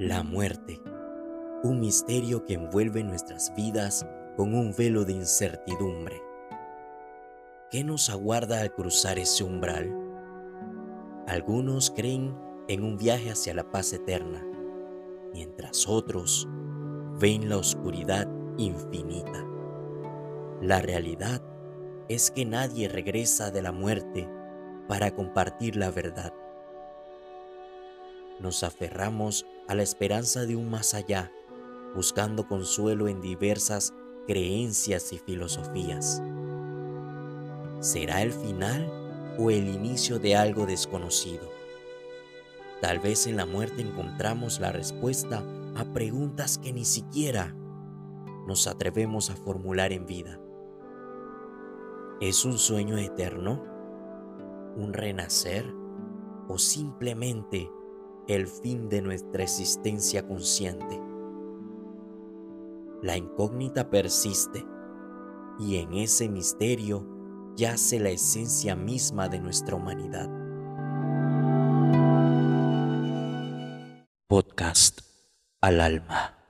La muerte, un misterio que envuelve nuestras vidas con un velo de incertidumbre. ¿Qué nos aguarda al cruzar ese umbral? Algunos creen en un viaje hacia la paz eterna, mientras otros ven la oscuridad infinita. La realidad es que nadie regresa de la muerte para compartir la verdad. Nos aferramos a la esperanza de un más allá, buscando consuelo en diversas creencias y filosofías. ¿Será el final o el inicio de algo desconocido? Tal vez en la muerte encontramos la respuesta a preguntas que ni siquiera nos atrevemos a formular en vida. ¿Es un sueño eterno? ¿Un renacer? ¿O simplemente el fin de nuestra existencia consciente? La incógnita persiste, y en ese misterio yace la esencia misma de nuestra humanidad. Podcast al alma.